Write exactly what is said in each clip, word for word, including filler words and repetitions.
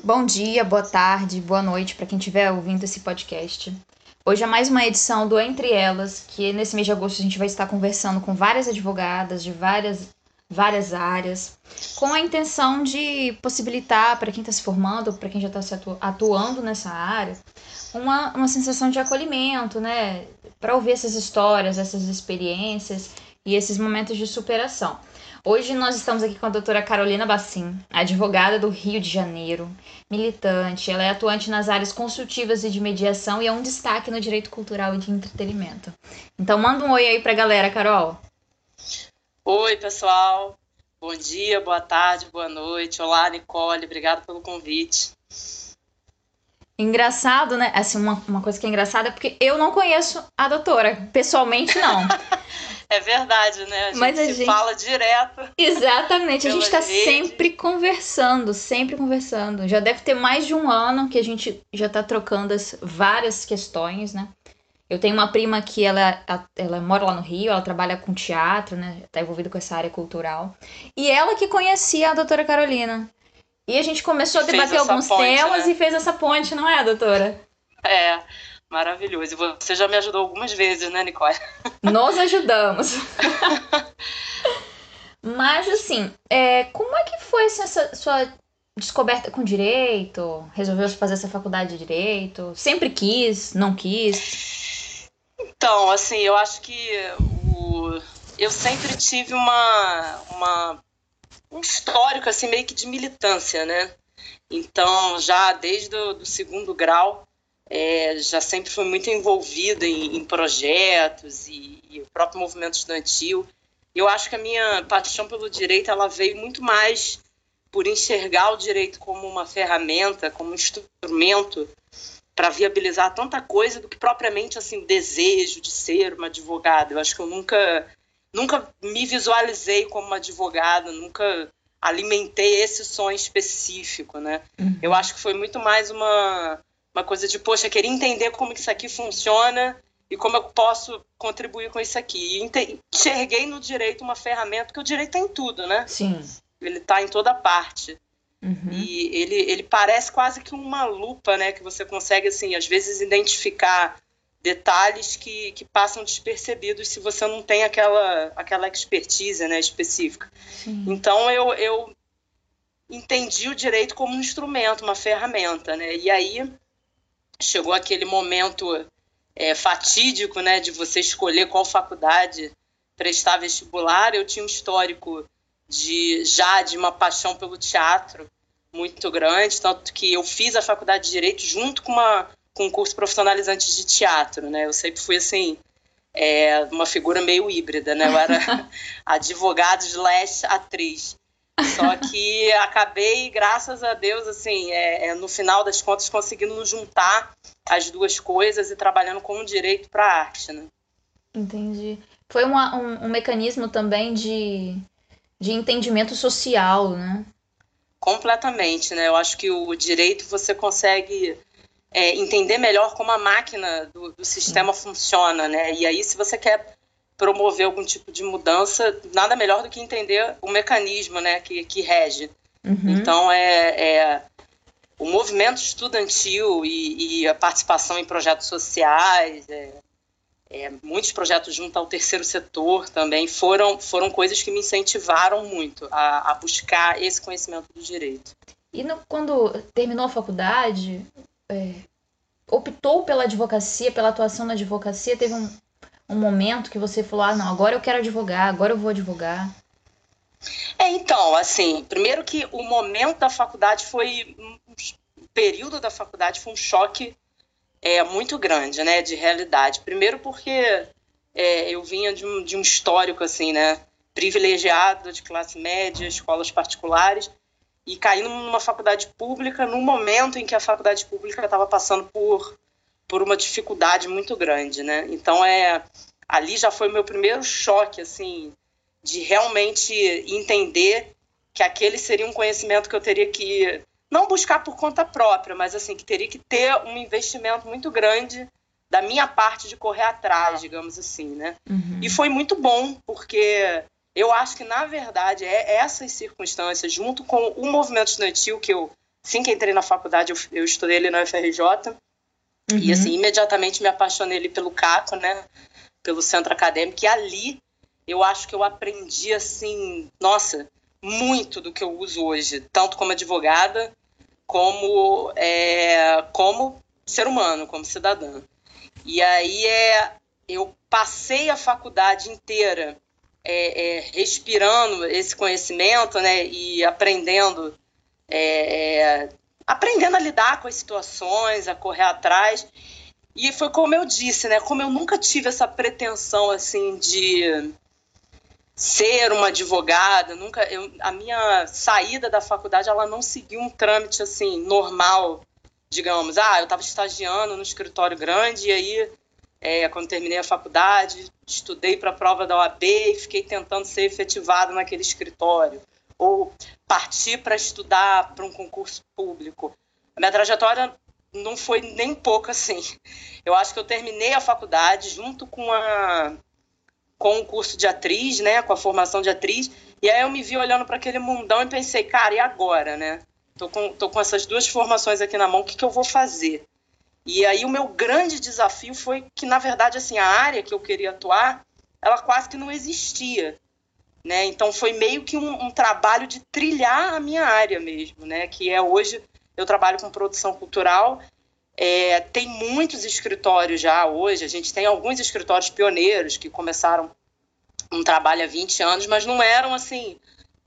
Bom dia, boa tarde, boa noite para quem estiver ouvindo esse podcast. Hoje é mais uma edição do Entre Elas, que nesse mês de agosto a gente vai estar conversando com várias advogadas de várias, várias áreas, com a intenção de possibilitar para quem está se formando, para quem já está atuando nessa área, uma, uma sensação de acolhimento, né? Para ouvir essas histórias, essas experiências e esses momentos de superação. Hoje nós estamos aqui com a doutora Carolina Bassim, advogada do Rio de Janeiro, militante. Ela é atuante nas áreas consultivas e de mediação e é um destaque no direito cultural e de entretenimento. Então manda um oi aí pra galera, Carol. Oi, pessoal. Bom dia, boa tarde, boa noite. Olá, Nicole. Obrigada pelo convite. Engraçado, né? Assim, uma, uma coisa que é engraçada é porque eu não conheço a doutora. Pessoalmente, não. É verdade, né? A gente Mas a se gente... fala direto. Exatamente. A gente tá redes. sempre conversando, sempre conversando. Já deve ter mais de um ano que a gente já tá trocando as várias questões, né? Eu tenho uma prima que ela, ela mora lá no Rio, ela trabalha com teatro, né? Tá envolvida com essa área cultural. E ela que conhecia a doutora Carolina. E a gente começou a debater alguns ponte, temas né? e fez essa ponte, não é, doutora? É, maravilhoso. E você já me ajudou algumas vezes, né, Nicole? Nós ajudamos. Mas, assim, é, como é que foi assim, essa sua descoberta com direito? Resolveu fazer essa faculdade de direito? Sempre quis? Não quis? Então, assim, eu acho que o... eu sempre tive uma, uma... um histórico, assim, meio que de militância, né? Então, já desde o do segundo grau, é, já sempre fui muito envolvida em, em projetos e, e o próprio movimento estudantil. Eu acho que a minha paixão pelo direito ela veio muito mais por enxergar o direito como uma ferramenta, como um instrumento para viabilizar tanta coisa do que propriamente assim, o desejo de ser uma advogada. Eu acho que eu nunca, nunca me visualizei como uma advogada, nunca alimentei esse sonho específico, né? Uhum. Eu acho que foi muito mais uma, uma coisa de, poxa, querer entender como que isso aqui funciona e como eu posso contribuir com isso aqui. E enxerguei no direito uma ferramenta, porque o direito está em tudo, né? Sim. Ele está em toda parte. Uhum. E ele, ele parece quase que uma lupa, né? Que você consegue, assim, às vezes identificar detalhes que, que passam despercebidos se você não tem aquela, aquela expertise, né, específica. Sim. Então, eu, eu entendi o direito como um instrumento, uma ferramenta, né? E aí chegou aquele momento é, fatídico, né, de você escolher qual faculdade prestar vestibular. Eu tinha um histórico de, já de uma paixão pelo teatro muito grande, tanto que eu fiz a faculdade de Direito junto com, uma, com um curso profissionalizante de teatro, né? Eu sempre fui, assim, é, uma figura meio híbrida, né? Eu era advogado slash atriz. Só que acabei, graças a Deus, assim, é, é, no final das contas, conseguindo juntar as duas coisas e trabalhando com o direito para a arte, né? Entendi. Foi uma, um, um mecanismo também de, de entendimento social, né? Completamente, né? Eu acho que o direito você consegue é, entender melhor como a máquina do, do sistema Sim. funciona, né? E aí, se você quer promover algum tipo de mudança, nada melhor do que entender o mecanismo, né, que, que rege. Uhum. Então, é, é, o movimento estudantil e, e a participação em projetos sociais, é, é, muitos projetos junto ao terceiro setor também foram, foram coisas que me incentivaram muito a, a buscar esse conhecimento do direito. E no, quando terminou a faculdade, é, optou pela advocacia, pela atuação na advocacia, teve um, um momento que você falou, ah, não, agora eu quero advogar, agora eu vou advogar? É, então, assim, primeiro que o momento da faculdade foi, o período da faculdade foi um choque é, muito grande, né, de realidade. Primeiro porque é, eu vinha de um, de um histórico, assim, né, privilegiado, de classe média, escolas particulares, e caindo numa faculdade pública num momento em que a faculdade pública estava passando por, por uma dificuldade muito grande, né? Então, é, ali já foi o meu primeiro choque, assim, de realmente entender que aquele seria um conhecimento que eu teria que, não buscar por conta própria, mas assim, que teria que ter um investimento muito grande da minha parte de correr atrás, digamos assim, né? Uhum. E foi muito bom, porque eu acho que, na verdade, é essas circunstâncias, junto com o movimento estudantil que eu assim que entrei na faculdade, eu, eu estudei ali na U F R J, uhum. E assim, imediatamente me apaixonei ali pelo CACO, né, pelo centro acadêmico, e ali eu acho que eu aprendi, assim, nossa, muito do que eu uso hoje, tanto como advogada, como, é, como ser humano, como cidadã. E aí é, eu passei a faculdade inteira é, é, respirando esse conhecimento, né, e aprendendo, é, é, aprendendo a lidar com as situações, a correr atrás. E foi como eu disse, né, como eu nunca tive essa pretensão assim de ser uma advogada, nunca eu, a minha saída da faculdade ela não seguiu um trâmite assim normal, digamos. Ah, eu estava estagiando no escritório grande e aí é, quando terminei a faculdade estudei para a prova da O A B e fiquei tentando ser efetivado naquele escritório ou partir para estudar para um concurso público. A minha trajetória não foi nem pouco assim. Eu acho que eu terminei a faculdade junto com a com o curso de atriz, né, com a formação de atriz, e aí eu me vi olhando para aquele mundão e pensei, cara, e agora, né? Tô com, tô com essas duas formações aqui na mão, o que, que eu vou fazer? E aí o meu grande desafio foi que, na verdade, assim, a área que eu queria atuar, ela quase que não existia, né? Então foi meio que um, um trabalho de trilhar a minha área mesmo, né? Que é hoje, eu trabalho com produção cultural. É, tem muitos escritórios já hoje, a gente tem alguns escritórios pioneiros que começaram um trabalho há vinte anos, mas não eram assim,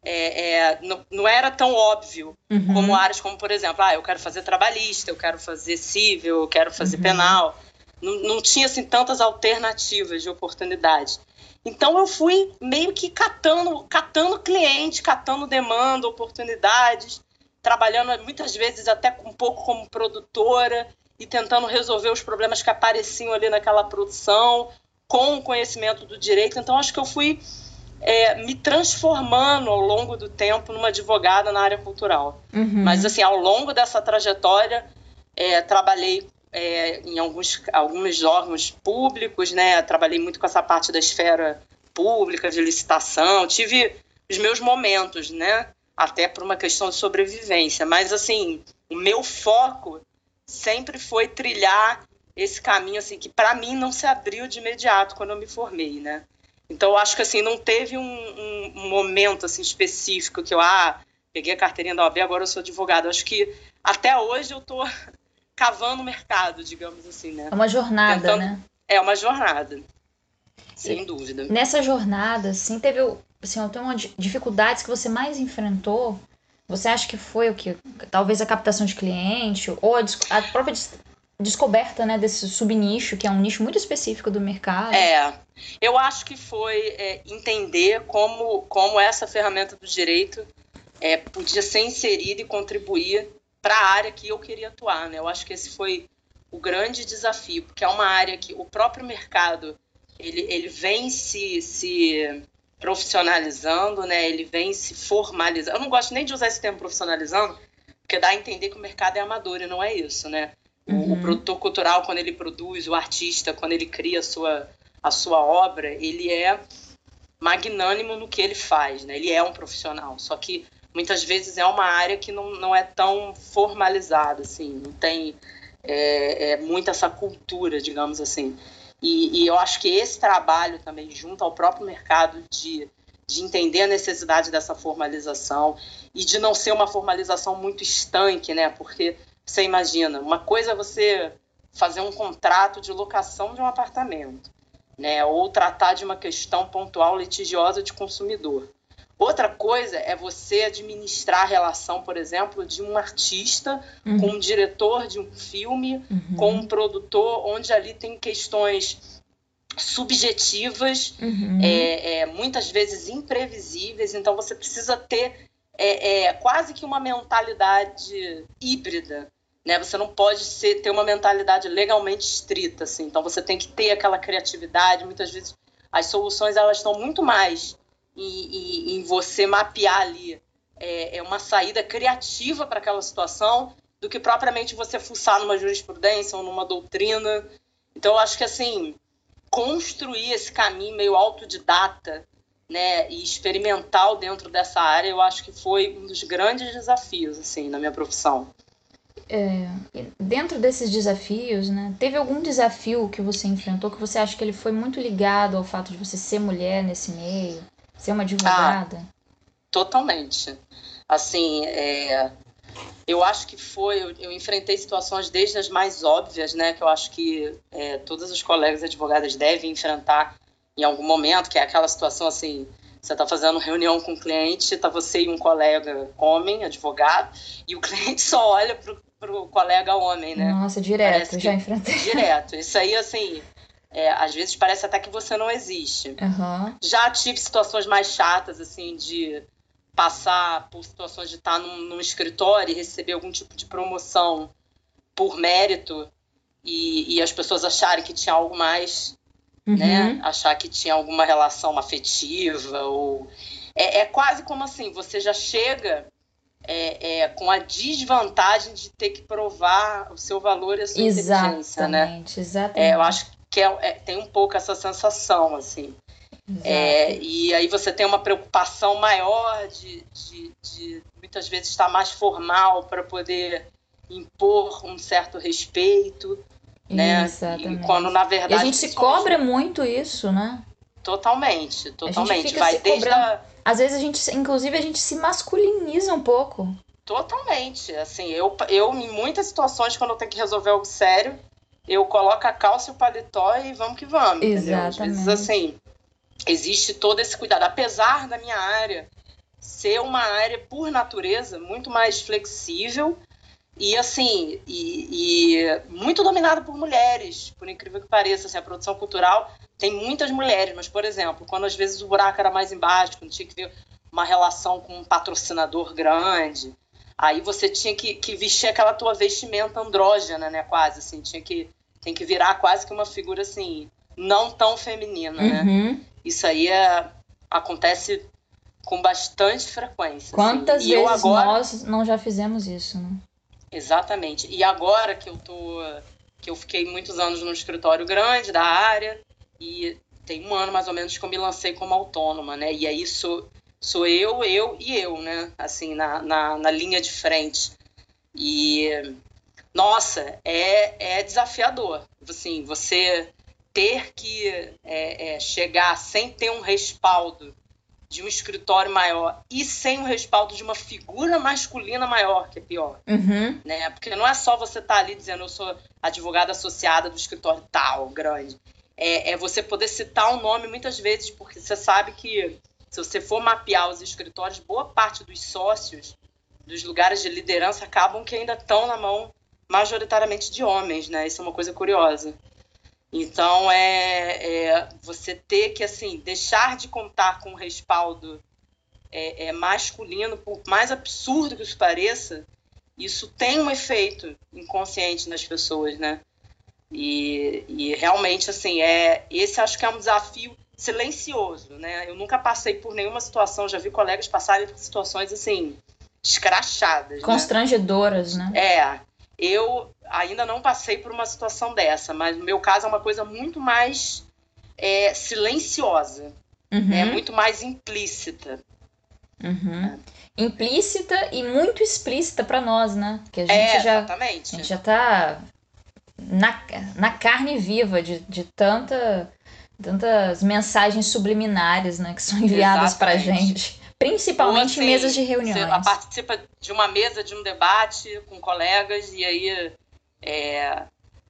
é, é, não, não era tão óbvio uhum. como áreas como, por exemplo, ah, eu quero fazer trabalhista, eu quero fazer civil, eu quero fazer uhum. penal. Não, não tinha assim, tantas alternativas de oportunidade. Então eu fui meio que catando, catando cliente, catando demanda, oportunidades, trabalhando muitas vezes até um pouco como produtora e tentando resolver os problemas que apareciam ali naquela produção com o conhecimento do direito. Então, acho que eu fui é, me transformando ao longo do tempo numa advogada na área cultural. Uhum. Mas, assim, ao longo dessa trajetória, é, trabalhei é, em alguns, alguns órgãos públicos, né? Trabalhei muito com essa parte da esfera pública, de licitação. Tive os meus momentos, né? Até por uma questão de sobrevivência. Mas, assim, o meu foco sempre foi trilhar esse caminho, assim, que para mim não se abriu de imediato quando eu me formei, né? Então, eu acho que, assim, não teve um, um, um momento, assim, específico que eu, ah, peguei a carteirinha da O A B, agora eu sou advogada. Eu acho que até hoje eu tô cavando o mercado, digamos assim, né? É uma jornada, Tentando... né? É uma jornada, sem e dúvida. Nessa jornada, assim, teve, assim, tem uma dificuldades que você mais enfrentou. Você acha que foi o que? Talvez a captação de cliente ou a, a própria des descoberta, né, desse subnicho, que é um nicho muito específico do mercado? É, eu acho que foi é, entender como, como essa ferramenta do direito é, podia ser inserida e contribuir para a área que eu queria atuar, né? Eu acho que esse foi o grande desafio, porque é uma área que o próprio mercado ele, ele vem se... se profissionalizando, né? Ele vem se formalizando. Eu não gosto nem de usar esse termo profissionalizando, porque dá a entender que o mercado é amador e não é isso, né? Uhum. O, o produtor cultural, quando ele produz, o artista, quando ele cria a sua, a sua obra, ele é magnânimo no que ele faz, né? Ele é um profissional, só que muitas vezes é uma área que não, não é tão formalizada, assim, não tem é, é, muita essa cultura, digamos assim. E, e eu acho que esse trabalho também, junto ao próprio mercado, de, de entender a necessidade dessa formalização e de não ser uma formalização muito estanque, né? Porque você imagina, uma coisa é você fazer um contrato de locação de um apartamento, né? Ou tratar de uma questão pontual litigiosa de consumidor. Outra coisa é você administrar a relação, por exemplo, de um artista uhum. com um diretor de um filme, uhum. com um produtor, onde ali tem questões subjetivas, uhum. é, é, muitas vezes imprevisíveis. Então, você precisa ter é, é, quase que uma mentalidade híbrida, né? Você não pode ser, ter uma mentalidade legalmente estrita, assim. Então, você tem que ter aquela criatividade. Muitas vezes, as soluções elas estão muito mais em, em você mapear ali é, é uma saída criativa para aquela situação do que propriamente você fuçar numa jurisprudência ou numa doutrina. Então, eu acho que, assim, construir esse caminho meio autodidata né, e experimental dentro dessa área, eu acho que foi um dos grandes desafios, assim, na minha profissão. É, dentro desses desafios, né, teve algum desafio que você enfrentou que você acha que ele foi muito ligado ao fato de você ser mulher nesse meio, ser uma advogada? Ah, totalmente. Assim, é, eu acho que foi, eu, eu enfrentei situações desde as mais óbvias, né, que eu acho que é, todas os colegas advogadas devem enfrentar em algum momento, que é aquela situação assim, você está fazendo reunião com o cliente, está você e um colega homem, advogado, e o cliente só olha para o colega homem, né? Nossa, direto, Parece que, já enfrentei. Direto. Isso aí, assim, é, às vezes parece até que você não existe. Uhum. Já tive situações mais chatas, assim, de passar por situações de estar num, num escritório e receber algum tipo de promoção por mérito e, e as pessoas acharem que tinha algo mais, Uhum. né? Achar que tinha alguma relação afetiva ou... É, é quase como assim, você já chega é, é, com a desvantagem de ter que provar o seu valor e a sua Exatamente, inteligência, né? Exatamente, é, eu acho que é, é, tem um pouco essa sensação, assim. É, e aí você tem uma preocupação maior de, de, de muitas vezes estar mais formal para poder impor um certo respeito, né? Exatamente. E quando na verdade e a gente se cobra muito isso, né? Totalmente, totalmente. A gente fica Vai se desde cobrando. a... Às vezes a gente, inclusive, a gente se masculiniza um pouco. Totalmente. Assim, eu, eu em muitas situações, quando eu tenho que resolver algo sério, eu coloco a calça e o paletó e vamos que vamos, entendeu? Às vezes, assim, existe todo esse cuidado. Apesar da minha área ser uma área, por natureza, muito mais flexível e, assim, e, e muito dominada por mulheres, por incrível que pareça. Assim, a produção cultural tem muitas mulheres, mas, por exemplo, quando às vezes o buraco era mais embaixo, quando tinha que ver uma relação com um patrocinador grande, aí você tinha que, que vestir aquela tua vestimenta andrógena, né, quase, assim, tinha que, tem que virar quase que uma figura, assim, não tão feminina, né? Uhum. Isso aí é, acontece com bastante frequência. Quantas assim. vezes eu agora... nós não já fizemos isso, né? Exatamente. E agora que eu tô, que eu fiquei muitos anos num escritório grande da área, e tem um ano mais ou menos que eu me lancei como autônoma, né? E aí sou, sou eu, eu e eu, né? Assim, na, na, na linha de frente. E, nossa, é, é desafiador. Assim, você ter que é, é, chegar sem ter um respaldo de um escritório maior e sem o respaldo de uma figura masculina maior, que é pior. Uhum. Né? Porque não é só você estar tá ali dizendo eu sou advogada associada do escritório tal, grande. É, é você poder citar um nome muitas vezes, porque você sabe que se você for mapear os escritórios, boa parte dos sócios dos lugares de liderança acabam que ainda estão na mão majoritariamente de homens, né? Isso é uma coisa curiosa. Então, é, é você ter que, assim, deixar de contar com o respaldo é, é, masculino, por mais absurdo que isso pareça, isso tem um efeito inconsciente nas pessoas, né? E, e realmente, assim, é, esse acho que é um desafio silencioso, né? Eu nunca passei por nenhuma situação, já vi colegas passarem por situações, assim, escrachadas, constrangedoras, né? né? É, eu ainda não passei por uma situação dessa, mas no meu caso é uma coisa muito mais é, silenciosa, uhum. né? Muito mais implícita. Uhum. É. Implícita e muito explícita para nós, né? Que a gente é, já, exatamente. A gente já tá na, na carne viva de, de tanta, tantas mensagens subliminares, né? Que são enviadas para a gente. Principalmente assim, em mesas de reuniões. Você participa de uma mesa, de um debate com colegas e aí é,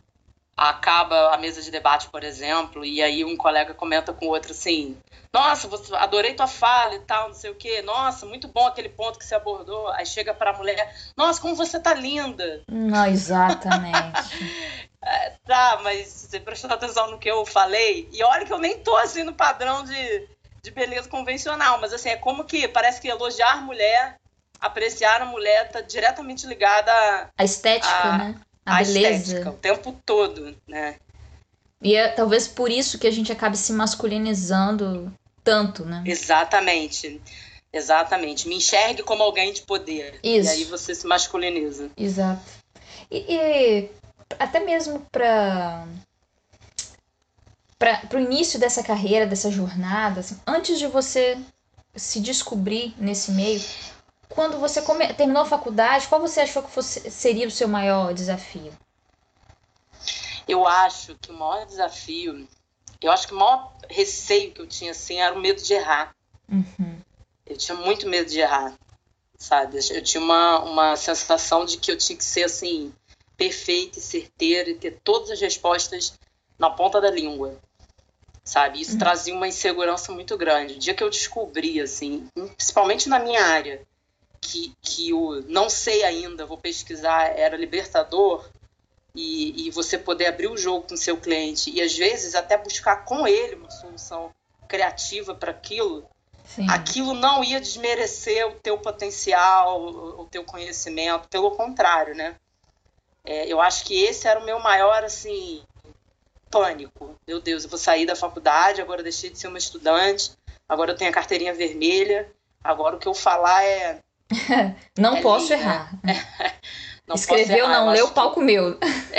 acaba a mesa de debate, por exemplo, e aí um colega comenta com o outro assim, nossa, você, adorei tua fala e tal, não sei o quê, nossa, muito bom aquele ponto que você abordou. Aí chega para a mulher, nossa, como você tá linda. Não, exatamente. é, tá, mas você prestou atenção no que eu falei? E olha que eu nem tô assim no padrão de... de beleza convencional, mas assim, é como que parece que elogiar a mulher, apreciar a mulher está diretamente ligada à a estética, a, né? A, a beleza. Estética, o tempo todo, né? E é talvez por isso que a gente acabe se masculinizando tanto, né? Exatamente. Exatamente. Me enxergue como alguém de poder. Isso. E aí você se masculiniza. Exato. E, e até mesmo para para o início dessa carreira, dessa jornada, assim, antes de você se descobrir nesse meio, quando você come... terminou a faculdade, qual você achou que fosse... seria o seu maior desafio? Eu acho que o maior desafio, eu acho que o maior receio que eu tinha, assim, era o medo de errar. Uhum. Eu tinha muito medo de errar, sabe? Eu tinha uma, uma sensação de que eu tinha que ser, assim, perfeita e certeira e ter todas as respostas na ponta da língua, sabe? Isso Uhum. trazia uma insegurança muito grande. O dia que eu descobri, assim, principalmente na minha área, que, que o não sei ainda, vou pesquisar, era libertador, e, e você poder abrir o jogo com o seu cliente e, às vezes, até buscar com ele uma solução criativa para aquilo, Sim. aquilo não ia desmerecer o teu potencial, o teu conhecimento, pelo contrário, né? É, eu acho que esse era o meu maior, assim, pânico. Meu Deus, eu vou sair da faculdade, agora eu deixei de ser uma estudante, agora eu tenho a carteirinha vermelha, agora o que eu falar é... não é posso lei, errar. Né? Não Escreveu, posso errar. não Eu leu, acho palco que... meu.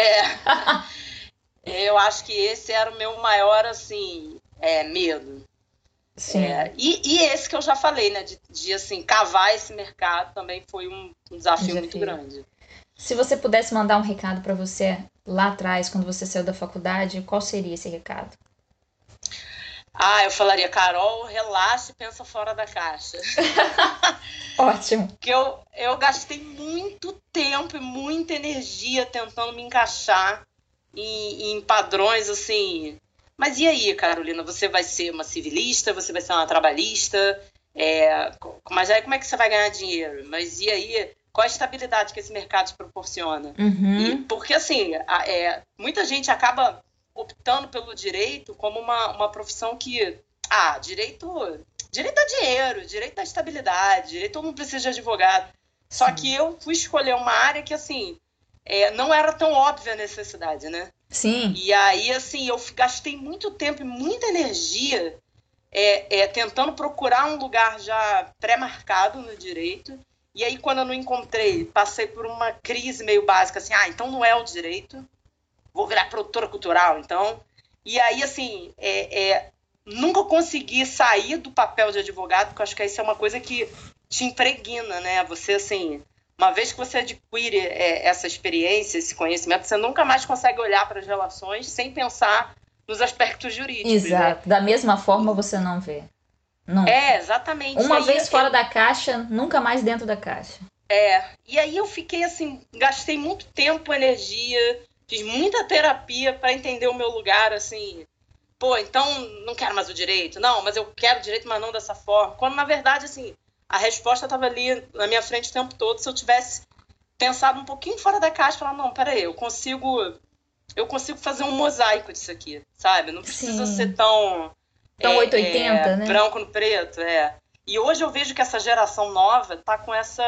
É, eu acho que esse era o meu maior, assim, é, medo. Sim. É, e, e esse que eu já falei, né, de, de assim, cavar esse mercado também foi um, um desafio, Desafio. muito grande. Se você pudesse mandar um recado para você lá atrás, quando você saiu da faculdade, qual seria esse recado? Ah, eu falaria, Carol, relaxa e pensa fora da caixa. Ótimo. Porque eu, eu gastei muito tempo e muita energia tentando me encaixar em, em padrões, assim... Mas e aí, Carolina, você vai ser uma civilista, você vai ser uma trabalhista, é, mas aí como é que você vai ganhar dinheiro? Mas e aí, qual a estabilidade que esse mercado te proporciona? Uhum. E, porque, assim, a, é, muita gente acaba optando pelo direito como uma, uma profissão que, ah, direito, direito a dinheiro, direito à estabilidade, direito todo mundo precisa de advogado. Só Sim. que eu fui escolher uma área que, assim, é, não era tão óbvia a necessidade, né? Sim. E aí, assim, eu gastei muito tempo e muita energia é, é, tentando procurar um lugar já pré-marcado no direito. E aí, quando eu não encontrei, passei por uma crise meio básica, assim, ah, então não é o direito, vou virar produtora cultural, então. E aí, assim, é, é, nunca consegui sair do papel de advogado, porque eu acho que isso é uma coisa que te impregna, né? Você, assim, uma vez que você adquire é, essa experiência, esse conhecimento, você nunca mais consegue olhar para as relações sem pensar nos aspectos jurídicos. Exato. Né? Da mesma forma você não vê. Nunca. É, exatamente. Uma aí, vez fora eu, da caixa, nunca mais dentro da caixa. É, e aí eu fiquei assim, gastei muito tempo, energia, fiz muita terapia para entender o meu lugar, assim, pô, então não quero mais o direito, não, mas eu quero o direito, mas não dessa forma. Quando, na verdade, assim, a resposta estava ali na minha frente o tempo todo. Se eu tivesse pensado um pouquinho fora da caixa, falar, não, peraí, eu consigo, eu consigo fazer um mosaico disso aqui, sabe? Não precisa Sim. ser tão, Tão é, oitocentos e oitenta, é, né? branco no preto, é. E hoje eu vejo que essa geração nova tá com essa,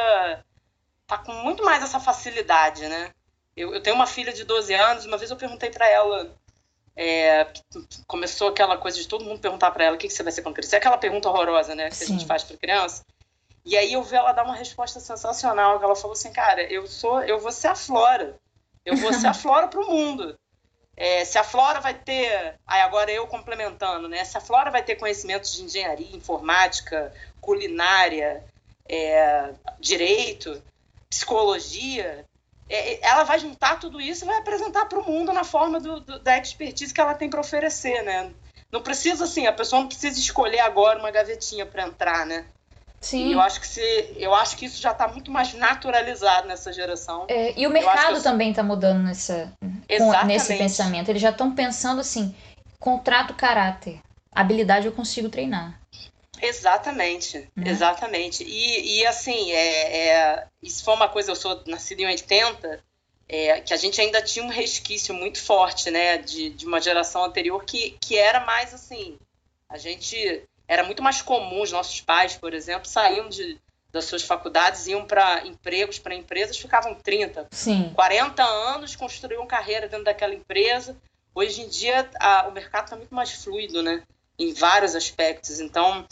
tá com muito mais essa facilidade, né? Eu, eu tenho uma filha de doze anos, uma vez eu perguntei para ela, é, começou aquela coisa de todo mundo perguntar para ela o que, que você vai ser quando crescer, aquela pergunta horrorosa, né, que Sim. a gente faz para criança. E aí eu vi ela dar uma resposta sensacional, que ela falou assim, cara, eu sou, eu vou ser a Flora, eu vou ser a Flora pro mundo. É, se a Flora vai ter, aí agora eu complementando, né, se a Flora vai ter conhecimentos de engenharia, informática, culinária, é, direito, psicologia, é, ela vai juntar tudo isso e vai apresentar para o mundo na forma do, do, da expertise que ela tem para oferecer, né? Não precisa, assim, a pessoa não precisa escolher agora uma gavetinha para entrar, né? Sim. E eu acho que, se, eu acho que isso já está muito mais naturalizado nessa geração. É, e o mercado eu... também está mudando nessa, com, nesse pensamento. Eles já estão pensando assim, contrato caráter, habilidade eu consigo treinar. Exatamente, né? exatamente. E, e assim, é, é, isso foi uma coisa, eu sou nascida em oitenta, é, que a gente ainda tinha um resquício muito forte, né, de, de uma geração anterior que, que era mais assim, a gente, era muito mais comum, os nossos pais, por exemplo, saíam de, das suas faculdades, iam para empregos, para empresas, ficavam trinta, Sim. quarenta anos, construíam carreira dentro daquela empresa. Hoje em dia, a, o mercado está muito mais fluido, né, em vários aspectos, então...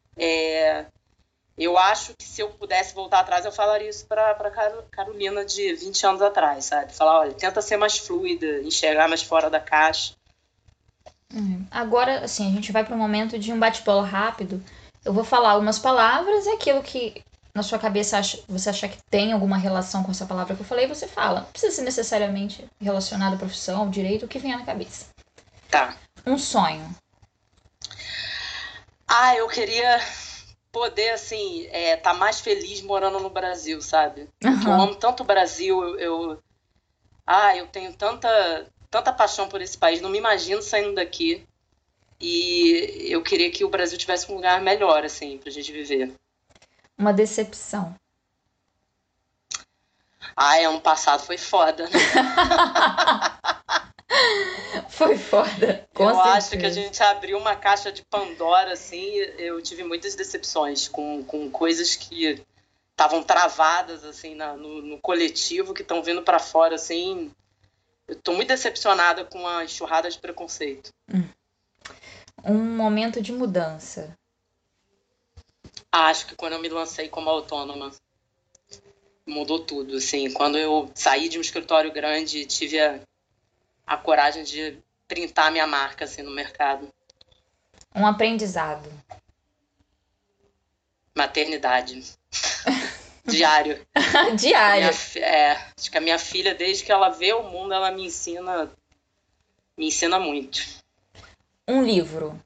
É, eu acho que se eu pudesse voltar atrás, eu falaria isso para a Carolina de vinte anos atrás, sabe? Falar, olha, tenta ser mais fluida, enxergar mais fora da caixa. Hum. Agora, assim, a gente vai para um momento de um bate-bola rápido. Eu vou falar algumas palavras, é aquilo que na sua cabeça acha, você achar que tem alguma relação com essa palavra que eu falei, você fala. Não precisa ser necessariamente relacionado à profissão, ao direito, o que vier na cabeça. Tá. Um sonho. Ah, eu queria poder, assim, é, tá mais feliz morando no Brasil, sabe? Porque eu Aham. amo tanto o Brasil, eu, eu- ah, eu tenho tanta, tanta paixão por esse país, não me imagino saindo daqui. E eu queria que o Brasil tivesse um lugar melhor, assim, pra gente viver. Uma decepção. Ah, ano passado foi foda, né? Foi foda, com Eu acho que a certeza. gente abriu uma caixa de Pandora, assim, eu tive muitas decepções com, com coisas que estavam travadas, assim, na- no, no coletivo, que estão vindo pra fora, assim. Eu tô muito decepcionada com a enxurrada de preconceito. Um momento de mudança. Acho que quando eu me lancei como autônoma, mudou tudo, assim. Quando eu saí de um escritório grande e tive a, a coragem de printar minha marca, assim, no mercado. Um aprendizado. Maternidade. Diário. A minha, Diário. fi- é, acho que a minha filha, desde que ela vê o mundo, ela me ensina, me ensina muito. Um livro.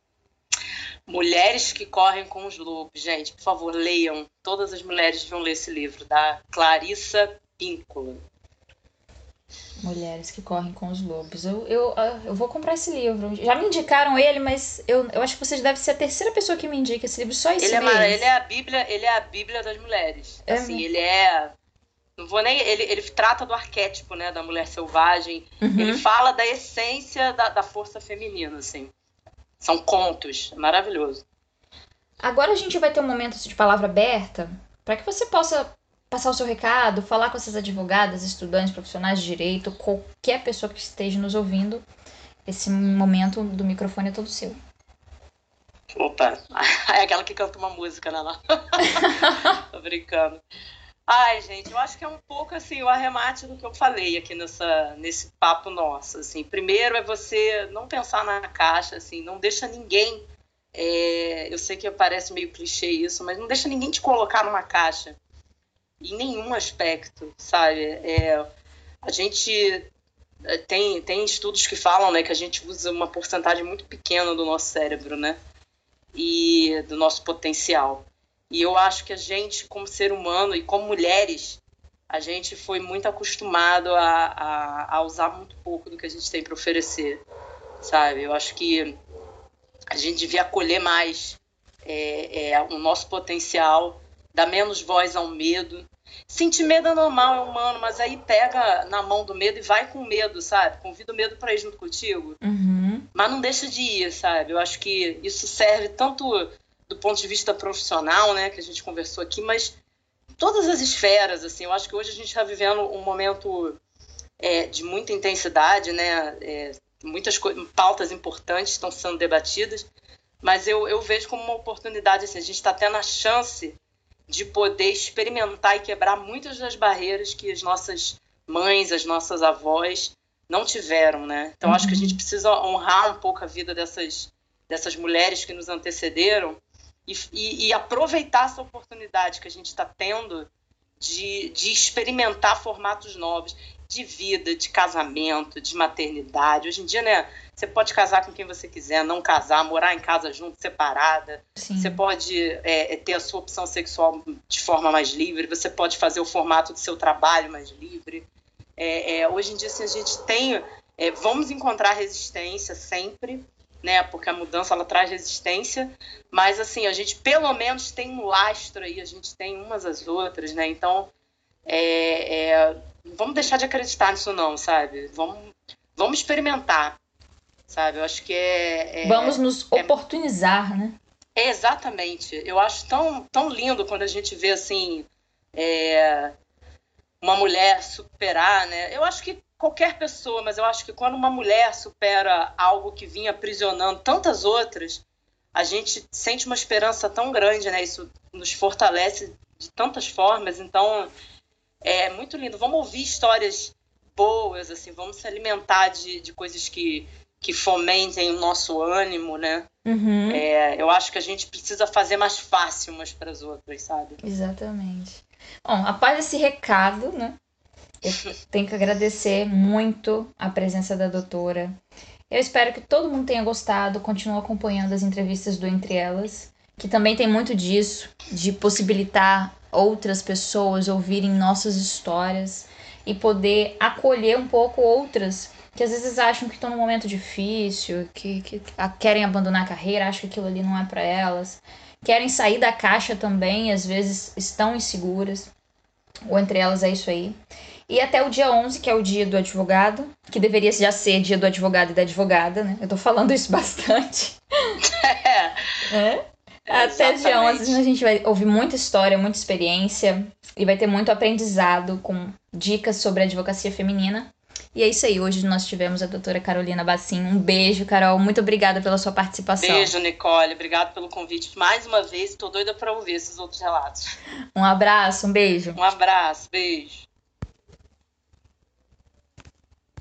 Mulheres que correm com os lobos. Gente, por favor, leiam. Todas as mulheres deviam ler esse livro, da Clarissa Pinkola. Mulheres que correm com os lobos. Eu, eu, ah, eu vou comprar esse livro. Já me indicaram ele, mas eu, eu acho que você deve ser a terceira pessoa que me indica esse livro só esse Ele é, mara- ele é mês. a Bíblia, ele é a Bíblia das mulheres. É, Assim, ele é, não vou nem, ele, ele trata do arquétipo, né, da mulher selvagem. Ele uhum. fala da essência da, da força feminina, assim. São contos, é maravilhoso. Agora a gente vai ter um momento de palavra aberta para que você possa passar o seu recado, falar com essas advogadas, estudantes, profissionais de direito, qualquer pessoa que esteja nos ouvindo. Esse momento do microfone é todo seu. Opa, é aquela que canta uma música, né? Lá. Tô brincando. Ai, gente, eu acho que é um pouco assim o arremate do que eu falei aqui nessa, nesse papo nosso. Assim. Primeiro é você não pensar na caixa, assim, não deixa ninguém. É, eu sei que parece meio clichê isso, mas não deixa ninguém te colocar numa caixa em nenhum aspecto, sabe? É, a gente tem, tem estudos que falam, né, que a gente usa uma porcentagem muito pequena do nosso cérebro, né? E do nosso potencial. E eu acho que a gente, como ser humano e como mulheres, a gente foi muito acostumado a, a, a usar muito pouco do que a gente tem para oferecer, sabe? Eu acho que a gente devia acolher mais é, é, o nosso potencial, dar menos voz ao medo. Sentir medo é normal, é humano, mas aí pega na mão do medo e vai com medo, sabe? Convida o medo para ir junto contigo. Uhum. Mas não deixa de ir, sabe? Eu acho que isso serve tanto do ponto de vista profissional, né, que a gente conversou aqui, mas todas as esferas, assim. Eu acho que hoje a gente está vivendo um momento é, de muita intensidade, né? É, muitas pautas importantes estão sendo debatidas, mas eu, eu vejo como uma oportunidade, assim, a gente está tendo a chance de poder experimentar e quebrar muitas das barreiras que as nossas mães, as nossas avós não tiveram, né? Então, uhum. acho que a gente precisa honrar um pouco a vida dessas, dessas mulheres que nos antecederam e, e, e aproveitar essa oportunidade que a gente está tendo de, de experimentar formatos novos de vida, de casamento, de maternidade. Hoje em dia, né, você pode casar com quem você quiser, não casar, morar em casa junto, separada. Sim. Você pode é, ter a sua opção sexual de forma mais livre, você pode fazer o formato do seu trabalho mais livre. É, é, hoje em dia, assim, a gente tem... É, vamos encontrar resistência sempre, né, porque a mudança, ela traz resistência, mas, assim, a gente pelo menos tem um lastro aí, a gente tem umas às outras, né, então... É, é, vamos deixar de acreditar nisso não, sabe? Vamos, vamos experimentar, sabe? Eu acho que é... é vamos nos oportunizar, é, né? É exatamente. Eu acho tão, tão lindo quando a gente vê, assim, é, uma mulher superar, né? Eu acho que qualquer pessoa, mas eu acho que quando uma mulher supera algo que vinha aprisionando tantas outras, a gente sente uma esperança tão grande, né? Isso nos fortalece de tantas formas, então... É muito lindo. Vamos ouvir histórias boas, assim, vamos se alimentar de, de coisas que, que fomentem o nosso ânimo, né? Uhum. É, eu acho que a gente precisa fazer mais fácil umas para as outras, sabe? Exatamente. Bom, após esse recado, né? Eu tenho que agradecer muito a presença da doutora. Eu espero que todo mundo tenha gostado, continue acompanhando as entrevistas do Entre Elas, que também tem muito disso, de possibilitar outras pessoas ouvirem nossas histórias e poder acolher um pouco outras que às vezes acham que estão num momento difícil, que, que querem abandonar a carreira, acham que aquilo ali não é para elas, querem sair da caixa também, às vezes estão inseguras. O Entre Elas é isso aí. E até o dia onze, que é o dia do advogado, que deveria já ser dia do advogado e da advogada, né? Eu tô falando isso bastante. É. É? Até o dia onze a gente vai ouvir muita história, muita experiência e vai ter muito aprendizado com dicas sobre a advocacia feminina. E é isso aí, hoje nós tivemos a doutora Carolina Bassim. Um beijo, Carol, muito obrigada pela sua participação. Beijo, Nicole, obrigado pelo convite mais uma vez, tô doida para ouvir esses outros relatos. Um abraço, um beijo. Um abraço, beijo.